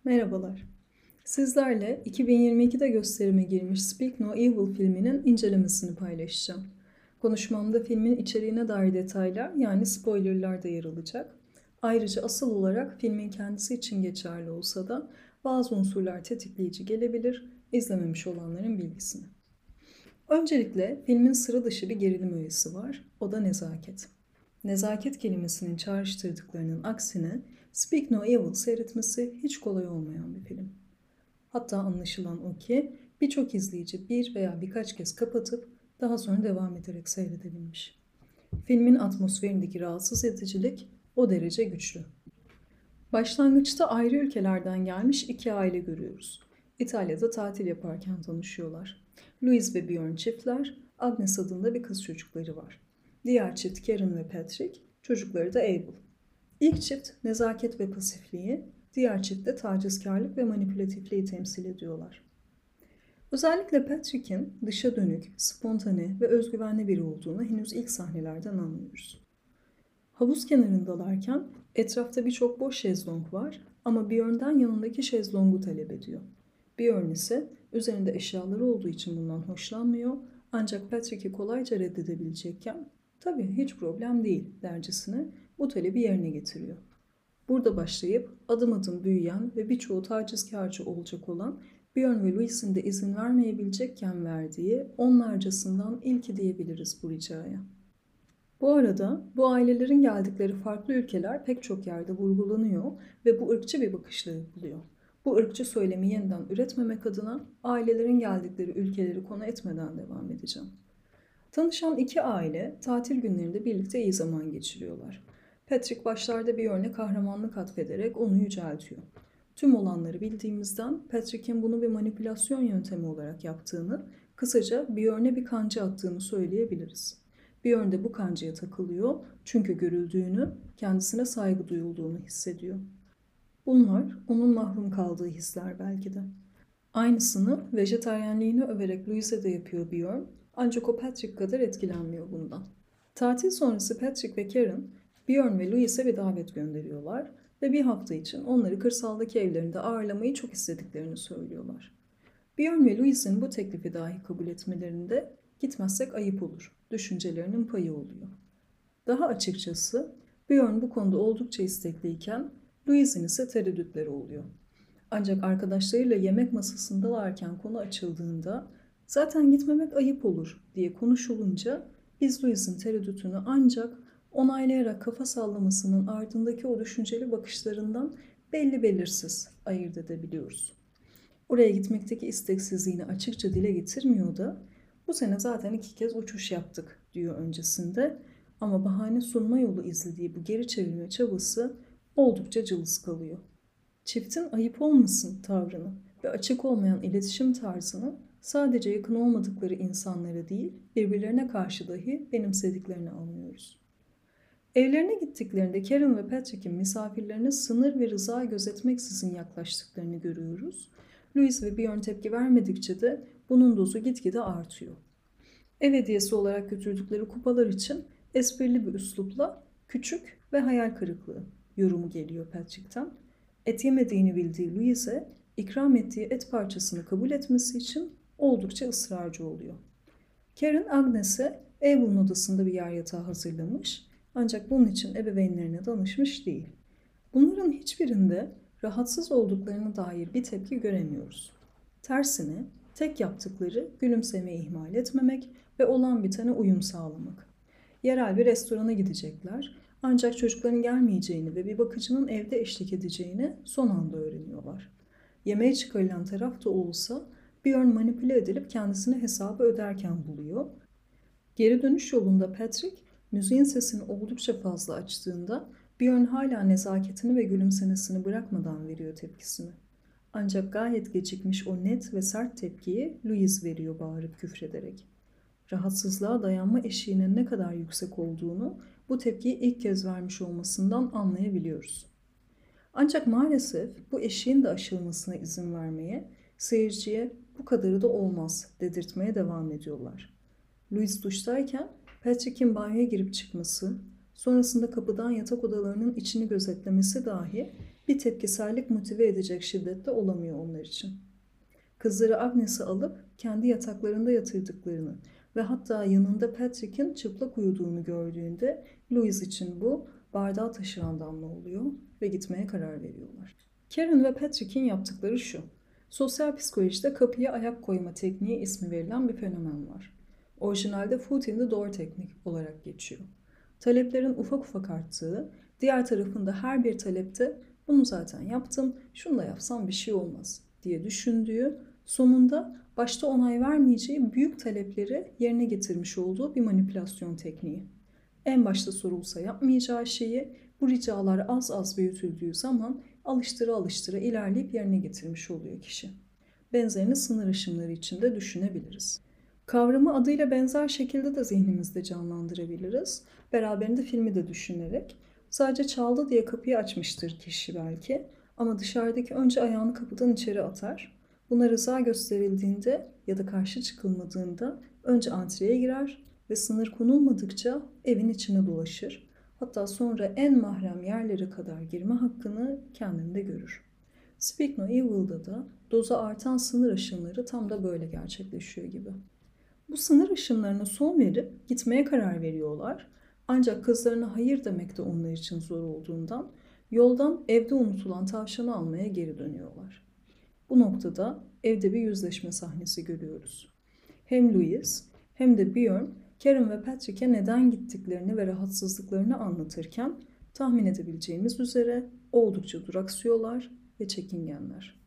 Merhabalar. Sizlerle 2022'de gösterime girmiş Speak No Evil filminin incelemesini paylaşacağım. Konuşmamda filmin içeriğine dair detaylar yani spoilerlar da yer alacak. Ayrıca asıl olarak filmin kendisi için geçerli olsa da bazı unsurlar tetikleyici gelebilir, izlememiş olanların bilgisine. Öncelikle filmin sıra dışı bir gerilim öğesi var, o da nezaket. Nezaket kelimesinin çağrıştırdıklarının aksine Speak No Evil seyretmesi hiç kolay olmayan bir film. Hatta anlaşılan o ki birçok izleyici bir veya birkaç kez kapatıp daha sonra devam ederek seyredebilmiş. Filmin atmosferindeki rahatsız edicilik o derece güçlü. Başlangıçta ayrı ülkelerden gelmiş iki aile görüyoruz. İtalya'da tatil yaparken tanışıyorlar. Louis ve Björn çiftler, Agnes adında bir kız çocukları var. Diğer çift Karen ve Patrick, çocukları da Abel. İlk çift nezaket ve pasifliği, diğer çift de tacizkarlık ve manipülatifliği temsil ediyorlar. Özellikle Patrick'in dışa dönük, spontane ve özgüvenli biri olduğunu henüz ilk sahnelerden anlıyoruz. Havuz kenarındalarken etrafta birçok boş şezlong var ama Björn'den yanındaki şezlongu talep ediyor. Björn ise üzerinde eşyaları olduğu için bundan hoşlanmıyor ancak Patrick'i kolayca reddedebilecekken tabii hiç problem değil dercesine bu talebi yerine getiriyor. Burada başlayıp adım adım büyüyen ve birçoğu tacizkarcı olacak olan Björn ve Louis'in de izin vermeyebilecekken verdiği onlarcasından ilki diyebiliriz bu ricaya. Bu arada bu ailelerin geldikleri farklı ülkeler pek çok yerde vurgulanıyor ve bu ırkçı bir bakışla yapılıyor. Bu ırkçı söylemi yeniden üretmemek adına ailelerin geldikleri ülkeleri konu etmeden devam edeceğim. Tanışan iki aile tatil günlerinde birlikte iyi zaman geçiriyorlar. Patrick başlarda bir örnek kahramanlık atfederek onu yüceltiyor. Tüm olanları bildiğimizden Patrick'in bunu bir manipülasyon yöntemi olarak yaptığını, kısaca Björn'e bir kanca attığını söyleyebiliriz. Björn de bu kancaya takılıyor çünkü görüldüğünü, kendisine saygı duyulduğunu hissediyor. Bunlar onun mahrum kaldığı hisler belki de. Aynısını vejetaryenliğini överek Louis'e de yapıyor Björn, ancak o Patrick kadar etkilenmiyor bundan. Tatil sonrası Patrick ve Karen, Björn ve Louis'e bir davet gönderiyorlar ve bir hafta için onları kırsaldaki evlerinde ağırlamayı çok istediklerini söylüyorlar. Björn ve Louis'in bu teklifi dahi kabul etmelerinde gitmezsek ayıp olur, düşüncelerinin payı oluyor. Daha açıkçası Björn bu konuda oldukça istekliyken Louis'in ise tereddütleri oluyor. Ancak arkadaşlarıyla yemek masasındalarken konu açıldığında zaten gitmemek ayıp olur diye konuşulunca biz Louis'in tereddütünü ancak onaylayarak kafa sallamasının ardındaki o düşünceli bakışlarından belli belirsiz ayırt edebiliyoruz. Oraya gitmekteki isteksizliğini açıkça dile getirmiyor da bu sene zaten 2 kez uçuş yaptık diyor öncesinde ama bahane sunma yolu izlediği bu geri çevirme çabası oldukça cılız kalıyor. Çiftin ayıp olmasın tavrını ve açık olmayan iletişim tarzını sadece yakın olmadıkları insanlara değil birbirlerine karşı dahi benimsediklerini anlıyoruz. Evlerine gittiklerinde Karen ve Patrick'in misafirlerine sınır ve rıza gözetmeksizin yaklaştıklarını görüyoruz. Louis ve Björn tepki vermedikçe de bunun dozu gitgide artıyor. Ev hediyesi olarak götürdükleri kupalar için esprili bir üslupla küçük ve hayal kırıklığı yorumu geliyor Patrick'ten. Et yemediğini bildiği Louis'e ikram ettiği et parçasını kabul etmesi için oldukça ısrarcı oluyor. Karen Agnes'e Abel'ın odasında bir yer yatağı hazırlamış ancak bunun için ebeveynlerine danışmış değil. Bunların hiçbirinde rahatsız olduklarına dair bir tepki göremiyoruz. Tersine tek yaptıkları gülümsemeyi ihmal etmemek ve olan bitene uyum sağlamak. Yerel bir restorana gidecekler ancak çocukların gelmeyeceğini ve bir bakıcının evde eşlik edeceğini son anda öğreniyorlar. Yemeğe çıkarılan taraf da olsa Björn manipüle edilip kendisine hesabı öderken buluyor. Geri dönüş yolunda Patrick müziğin sesini oldukça fazla açtığında Björn hala nezaketini ve gülümsemesini bırakmadan veriyor tepkisini. Ancak gayet gecikmiş o net ve sert tepkiyi Louis veriyor bağırıp küfrederek. Rahatsızlığa dayanma eşiğinin ne kadar yüksek olduğunu bu tepkiyi ilk kez vermiş olmasından anlayabiliyoruz. Ancak maalesef bu eşiğin de aşılmasına izin vermeye, seyirciye bu kadarı da olmaz dedirtmeye devam ediyorlar. Louis duştayken Patrick'in banyoya girip çıkması, sonrasında kapıdan yatak odalarının içini gözetlemesi dahi bir tepkisellik motive edecek şiddette olamıyor onlar için. Kızları Agnes'i alıp kendi yataklarında yatırdıklarını ve hatta yanında Patrick'in çıplak uyuduğunu gördüğünde Louise için bu bardağı taşıran damla oluyor ve gitmeye karar veriyorlar. Karen ve Patrick'in yaptıkları şu. Sosyal psikolojide kapıya ayak koyma tekniği ismi verilen bir fenomen var. Orijinalde foot in the door teknik olarak geçiyor. Taleplerin ufak ufak arttığı, diğer tarafında her bir talepte bunu zaten yaptım, şunu da yapsam bir şey olmaz diye düşündüğü, sonunda başta onay vermeyeceği büyük talepleri yerine getirmiş olduğu bir manipülasyon tekniği. En başta sorulsa yapmayacağı şeyi bu ricalar az az büyütüldüğü zaman alıştıra alıştıra ilerleyip yerine getirmiş oluyor kişi. Benzerini sınır aşımları için de düşünebiliriz. Kavramı adıyla benzer şekilde de zihnimizde canlandırabiliriz. Beraberinde filmi de düşünerek. Sadece çaldı diye kapıyı açmıştır kişi belki ama dışarıdaki önce ayağını kapıdan içeri atar. Buna rıza gösterildiğinde ya da karşı çıkılmadığında önce antreye girer ve sınır konulmadıkça evin içine dolaşır. Hatta sonra en mahrem yerlere kadar girme hakkını kendinde görür. Speak No Evil'da da doza artan sınır aşımları tam da böyle gerçekleşiyor gibi. Bu sınır aşımlarına son verip gitmeye karar veriyorlar. Ancak kızlarına hayır demek de onlar için zor olduğundan yoldan evde unutulan tavşanı almaya geri dönüyorlar. Bu noktada evde bir yüzleşme sahnesi görüyoruz. Hem Louise hem de Björn, Karen ve Patrick'e neden gittiklerini ve rahatsızlıklarını anlatırken tahmin edebileceğimiz üzere oldukça duraksıyorlar ve çekingenler.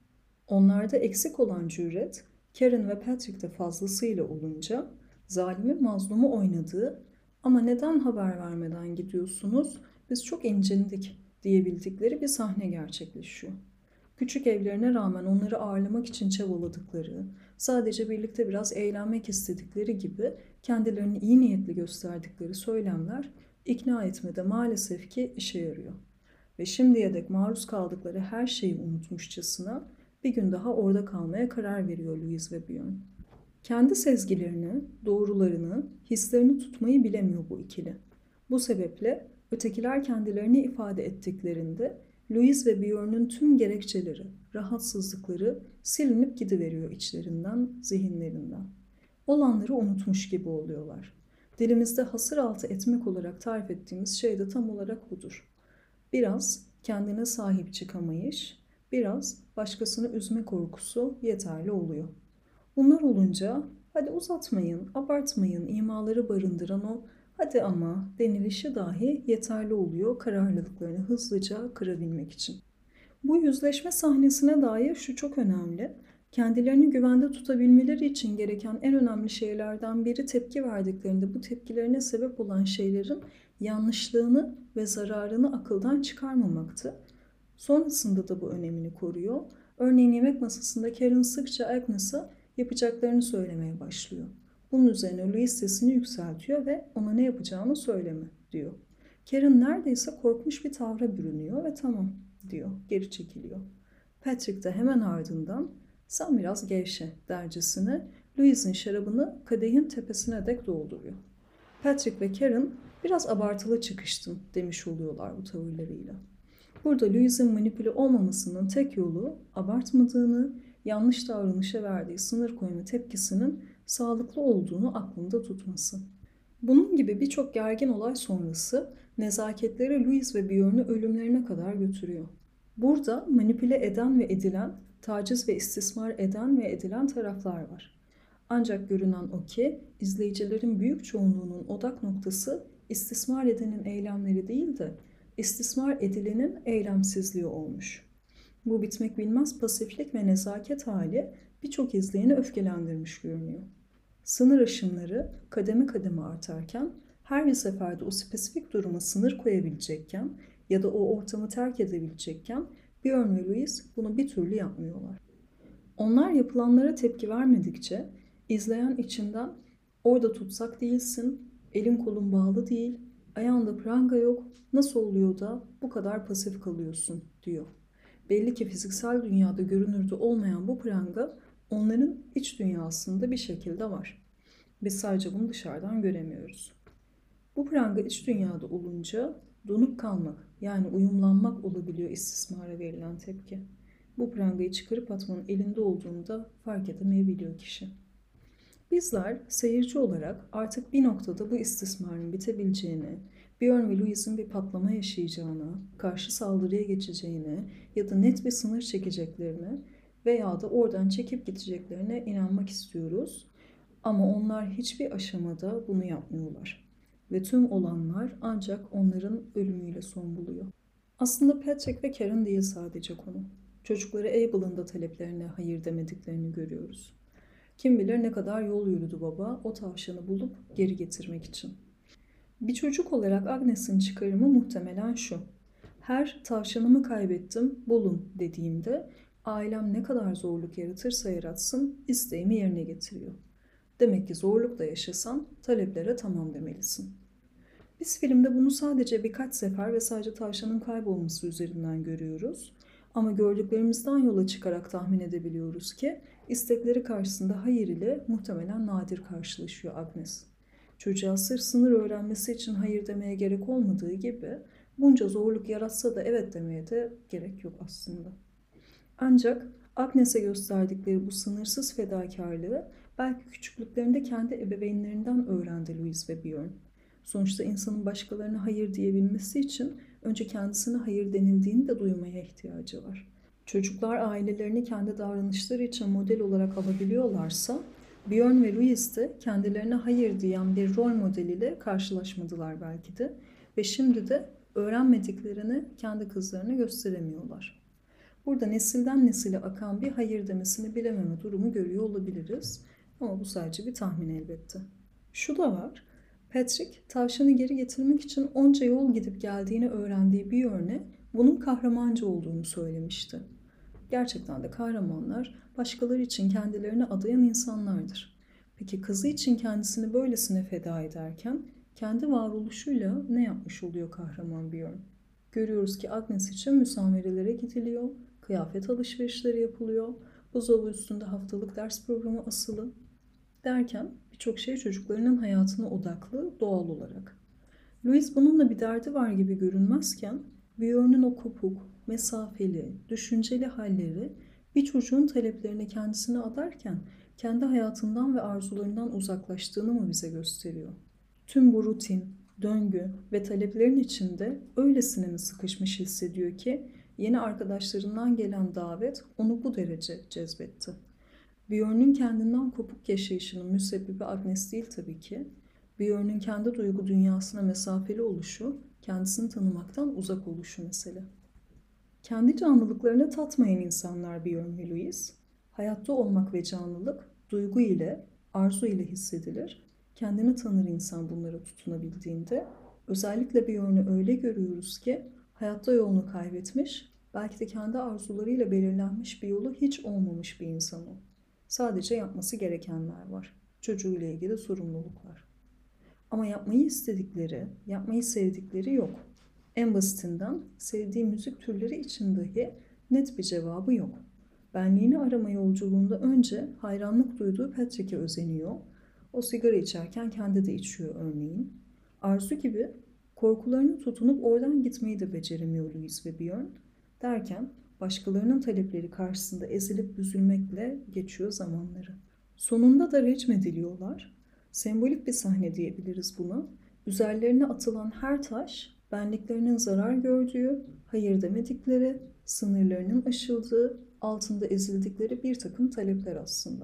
Onlarda eksik olan cüret, Karen ve Patrick'te fazlasıyla olunca zalimin mazlumu oynadığı ama neden haber vermeden gidiyorsunuz, biz çok incindik diyebildikleri bir sahne gerçekleşiyor. Küçük evlerine rağmen onları ağırlamak için çabaladıkları, sadece birlikte biraz eğlenmek istedikleri gibi kendilerini iyi niyetli gösterdikleri söylemler ikna etmede maalesef ki işe yarıyor. Ve şimdiye dek maruz kaldıkları her şeyi unutmuşçasına bir gün daha orada kalmaya karar veriyor Louise ve Björn. Kendi sezgilerini, doğrularını, hislerini tutmayı bilemiyor bu ikili. Bu sebeple ötekiler kendilerini ifade ettiklerinde Louise ve Björn'ün tüm gerekçeleri, rahatsızlıkları silinip gidiveriyor içlerinden, zihinlerinden. Olanları unutmuş gibi oluyorlar. Dilimizde hasır altı etmek olarak tarif ettiğimiz şey de tam olarak budur. Biraz kendine sahip çıkamayış, biraz başkasını üzme korkusu yeterli oluyor. Bunlar olunca hadi uzatmayın, abartmayın imaları barındıran o hadi ama denilişi dahi yeterli oluyor kararlılıklarını hızlıca kırabilmek için. Bu yüzleşme sahnesine dair şu çok önemli. Kendilerini güvende tutabilmeleri için gereken en önemli şeylerden biri tepki verdiklerinde bu tepkilerine sebep olan şeylerin yanlışlığını ve zararını akıldan çıkarmamaktı. Sonrasında da bu önemini koruyor. Örneğin yemek masasında Karen sıkça Agnes'a yapacaklarını söylemeye başlıyor. Bunun üzerine Louise sesini yükseltiyor ve ona ne yapacağını söyleme diyor. Karen neredeyse korkmuş bir tavra bürünüyor ve tamam diyor, geri çekiliyor. Patrick de hemen ardından sen biraz gevşe dercesine Louise'in şarabını kadehin tepesine dek dolduruyor. Patrick ve Karen biraz abartılı çıkıştın demiş oluyorlar bu tavırlarıyla. Burada Louise'in manipüle olmamasının tek yolu abartmadığını, yanlış davranışa verdiği sınır koyma tepkisinin sağlıklı olduğunu aklında tutması. Bunun gibi birçok gergin olay sonrası nezaketleri Louise ve Björn'ü ölümlerine kadar götürüyor. Burada manipüle eden ve edilen, taciz ve istismar eden ve edilen taraflar var. Ancak görünen o ki izleyicilerin büyük çoğunluğunun odak noktası istismar edenin eylemleri değil de istismar edilenin eylemsizliği olmuş. Bu bitmek bilmez pasiflik ve nezaket hali birçok izleyeni öfkelendirmiş görünüyor. Sınır aşımları kademe kademe artarken her bir seferde o spesifik duruma sınır koyabilecekken ya da o ortamı terk edebilecekken Björn ve Louise bunu bir türlü yapmıyorlar. Onlar yapılanlara tepki vermedikçe izleyen içinden orada tutsak değilsin, elin kolun bağlı değil, ayağında pranga yok, nasıl oluyor da bu kadar pasif kalıyorsun diyor. Belli ki fiziksel dünyada görünürde olmayan bu pranga onların iç dünyasında bir şekilde var. Biz sadece bunu dışarıdan göremiyoruz. Bu pranga iç dünyada olunca donup kalmak yani uyumlanmak olabiliyor istismara verilen tepki. Bu prangayı çıkarıp atmanın elinde olduğunda fark edemeyebiliyor kişi. Bizler seyirci olarak artık bir noktada bu istismarın bitebileceğini, Björn ve Louise'in bir patlama yaşayacağını, karşı saldırıya geçeceğini ya da net bir sınır çekeceklerini veya da oradan çekip gideceklerine inanmak istiyoruz. Ama onlar hiçbir aşamada bunu yapmıyorlar. Ve tüm olanlar ancak onların ölümüyle son buluyor. Aslında Patrick ve Karen değil sadece konu. Çocukları Abel'ın da taleplerine hayır demediklerini görüyoruz. Kim bilir ne kadar yol yürüdü baba o tavşanı bulup geri getirmek için. Bir çocuk olarak Agnes'in çıkarımı muhtemelen şu. Her tavşanımı kaybettim, bulun dediğimde ailem ne kadar zorluk yaratırsa yaratsın isteğimi yerine getiriyor. Demek ki zorlukla yaşasan taleplere tamam demelisin. Biz filmde bunu sadece birkaç sefer ve sadece tavşanın kaybolması üzerinden görüyoruz. Ama gördüklerimizden yola çıkarak tahmin edebiliyoruz ki istekleri karşısında hayır ile muhtemelen nadir karşılaşıyor Agnes. Çocuğa sırf sınır öğrenmesi için hayır demeye gerek olmadığı gibi bunca zorluk yaratsa da evet demeye de gerek yok aslında. Ancak Agnes'e gösterdikleri bu sınırsız fedakarlığı belki küçüklüklerinde kendi ebeveynlerinden öğrendi Louise ve Björn. Sonuçta insanın başkalarına hayır diyebilmesi için önce kendisine hayır denildiğini de duymaya ihtiyacı var. Çocuklar ailelerini kendi davranışları için model olarak alabiliyorlarsa, Björn ve Louise de kendilerine hayır diyen bir rol modeliyle karşılaşmadılar belki de ve şimdi de öğrenmediklerini kendi kızlarına gösteremiyorlar. Burada nesilden nesile akan bir hayır demesini bilememe durumu görüyor olabiliriz. Ama bu sadece bir tahmin elbette. Şu da var. Patrick, tavşanı geri getirmek için onca yol gidip geldiğini öğrendiği bir örne bunun kahramanca olduğunu söylemişti. Gerçekten de kahramanlar başkaları için kendilerini adayan insanlardır. Peki kızı için kendisini böylesine feda ederken kendi varoluşuyla ne yapmış oluyor kahraman Björn? Görüyoruz ki Agnes için müsamerelere gidiliyor, kıyafet alışverişleri yapılıyor, buzdolabı üstünde haftalık ders programı asılı derken birçok şey çocuklarının hayatına odaklı doğal olarak. Louise bununla bir derdi var gibi görünmezken Björn'ün o kopuk, mesafeli, düşünceli halleri bir çocuğun taleplerini kendisine adarken kendi hayatından ve arzularından uzaklaştığını mı bize gösteriyor? Tüm bu rutin, döngü ve taleplerin içinde öylesine mi sıkışmış hissediyor ki yeni arkadaşlarından gelen davet onu bu derece cezbetti. Björn'ün kendinden kopuk yaşayışının müsebbibi Agnes değil tabii ki. Björn'ün kendi duygu dünyasına mesafeli oluşu, kendisini tanımaktan uzak oluşu mesele. Kendi canlılıklarını tatmayan insanlar Björn ve Louise, hayatta olmak ve canlılık duygu ile, arzu ile hissedilir. Kendini tanır insan bunlara tutunabildiğinde, özellikle Björn'ü öyle görüyoruz ki hayatta yolunu kaybetmiş, belki de kendi arzularıyla belirlenmiş bir yolu hiç olmamış bir insan o. Sadece yapması gerekenler var. Çocuğuyla ilgili sorumluluklar. Ama yapmayı istedikleri, yapmayı sevdikleri yok. En basitinden sevdiği müzik türleri için dahi net bir cevabı yok. Benliğini arama yolculuğunda önce hayranlık duyduğu Patrick'e özeniyor. O sigara içerken kendi de içiyor örneğin. Arzu gibi korkularını tutunup oradan gitmeyi de beceremiyor Louise ve Björn. Derken başkalarının talepleri karşısında ezilip üzülmekle geçiyor zamanları. Sonunda da recmediliyorlar. Sembolik bir sahne diyebiliriz buna. Üzerlerine atılan her taş, benliklerinin zarar gördüğü, hayır demedikleri, sınırlarının aşıldığı, altında ezildikleri bir takım talepler aslında.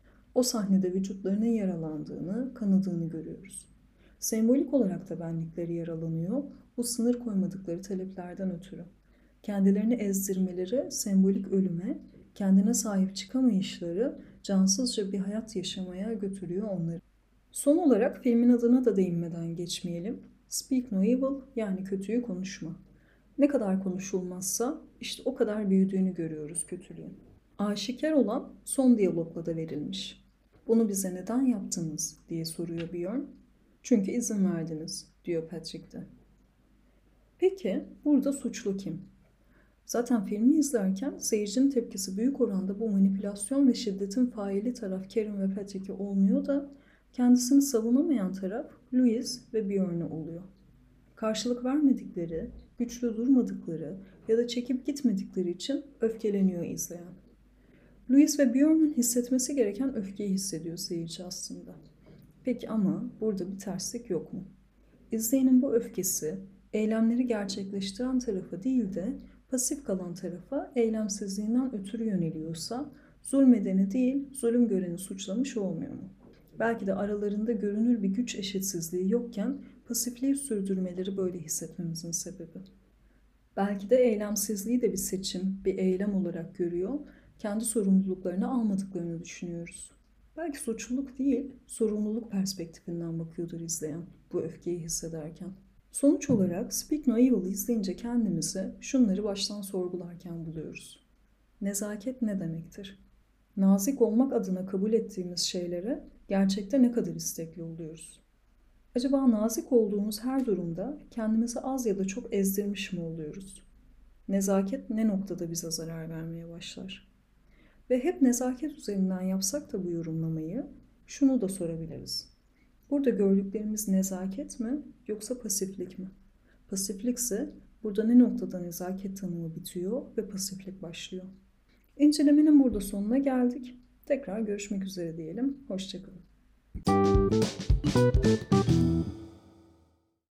O sahnede vücutlarının yaralandığını, kanadığını görüyoruz. Sembolik olarak da benlikleri yaralanıyor, bu sınır koymadıkları taleplerden ötürü. Kendilerini ezdirmeleri sembolik ölüme, kendine sahip çıkamayışları cansızca bir hayat yaşamaya götürüyor onları. Son olarak filmin adına da değinmeden geçmeyelim. Speak No Evil yani kötüyü konuşma. Ne kadar konuşulmazsa işte o kadar büyüdüğünü görüyoruz kötülüğün. Aşikar olan son diyalogla da verilmiş. Bunu bize neden yaptınız diye soruyor Björn. Çünkü izin verdiniz diyor Patrick de. Peki burada suçlu kim? Zaten filmi izlerken seyircinin tepkisi büyük oranda bu manipülasyon ve şiddetin faili taraf Karen ve Patrick'e olmuyor da Kendisini savunamayan taraf Louis ve Björn oluyor. Karşılık vermedikleri, güçlü durmadıkları ya da çekip gitmedikleri için öfkeleniyor izleyen. Louis ve Björn'ün hissetmesi gereken öfkeyi hissediyor seyirci aslında. Peki ama burada bir terslik yok mu? İzleyenin bu öfkesi eylemleri gerçekleştiren tarafa değil de pasif kalan tarafa eylemsizliğinden ötürü yöneliyorsa zulmedeni değil zulüm göreni suçlamış olmuyor mu? Belki de aralarında görünür bir güç eşitsizliği yokken pasifliği sürdürmeleri böyle hissetmemizin sebebi. Belki de eylemsizliği de bir seçim, bir eylem olarak görüyor, kendi sorumluluklarını almadıklarını düşünüyoruz. Belki suçluluk değil, sorumluluk perspektifinden bakıyordur izleyen bu öfkeyi hissederken. Sonuç olarak Speak No Evil'ı izleyince kendimizi şunları baştan sorgularken buluyoruz. Nezaket ne demektir? Nazik olmak adına kabul ettiğimiz şeylere gerçekte ne kadar istekli oluyoruz? Acaba nazik olduğumuz her durumda kendimizi az ya da çok ezdirmiş mi oluyoruz? Nezaket ne noktada bize zarar vermeye başlar? Ve hep nezaket üzerinden yapsak da bu yorumlamayı şunu da sorabiliriz. Burada gördüklerimiz nezaket mi yoksa pasiflik mi? Pasiflikse burada ne noktada nezaket tanımı bitiyor ve pasiflik başlıyor? İncelemenin burada sonuna geldik. Tekrar görüşmek üzere diyelim. Hoşça kalın.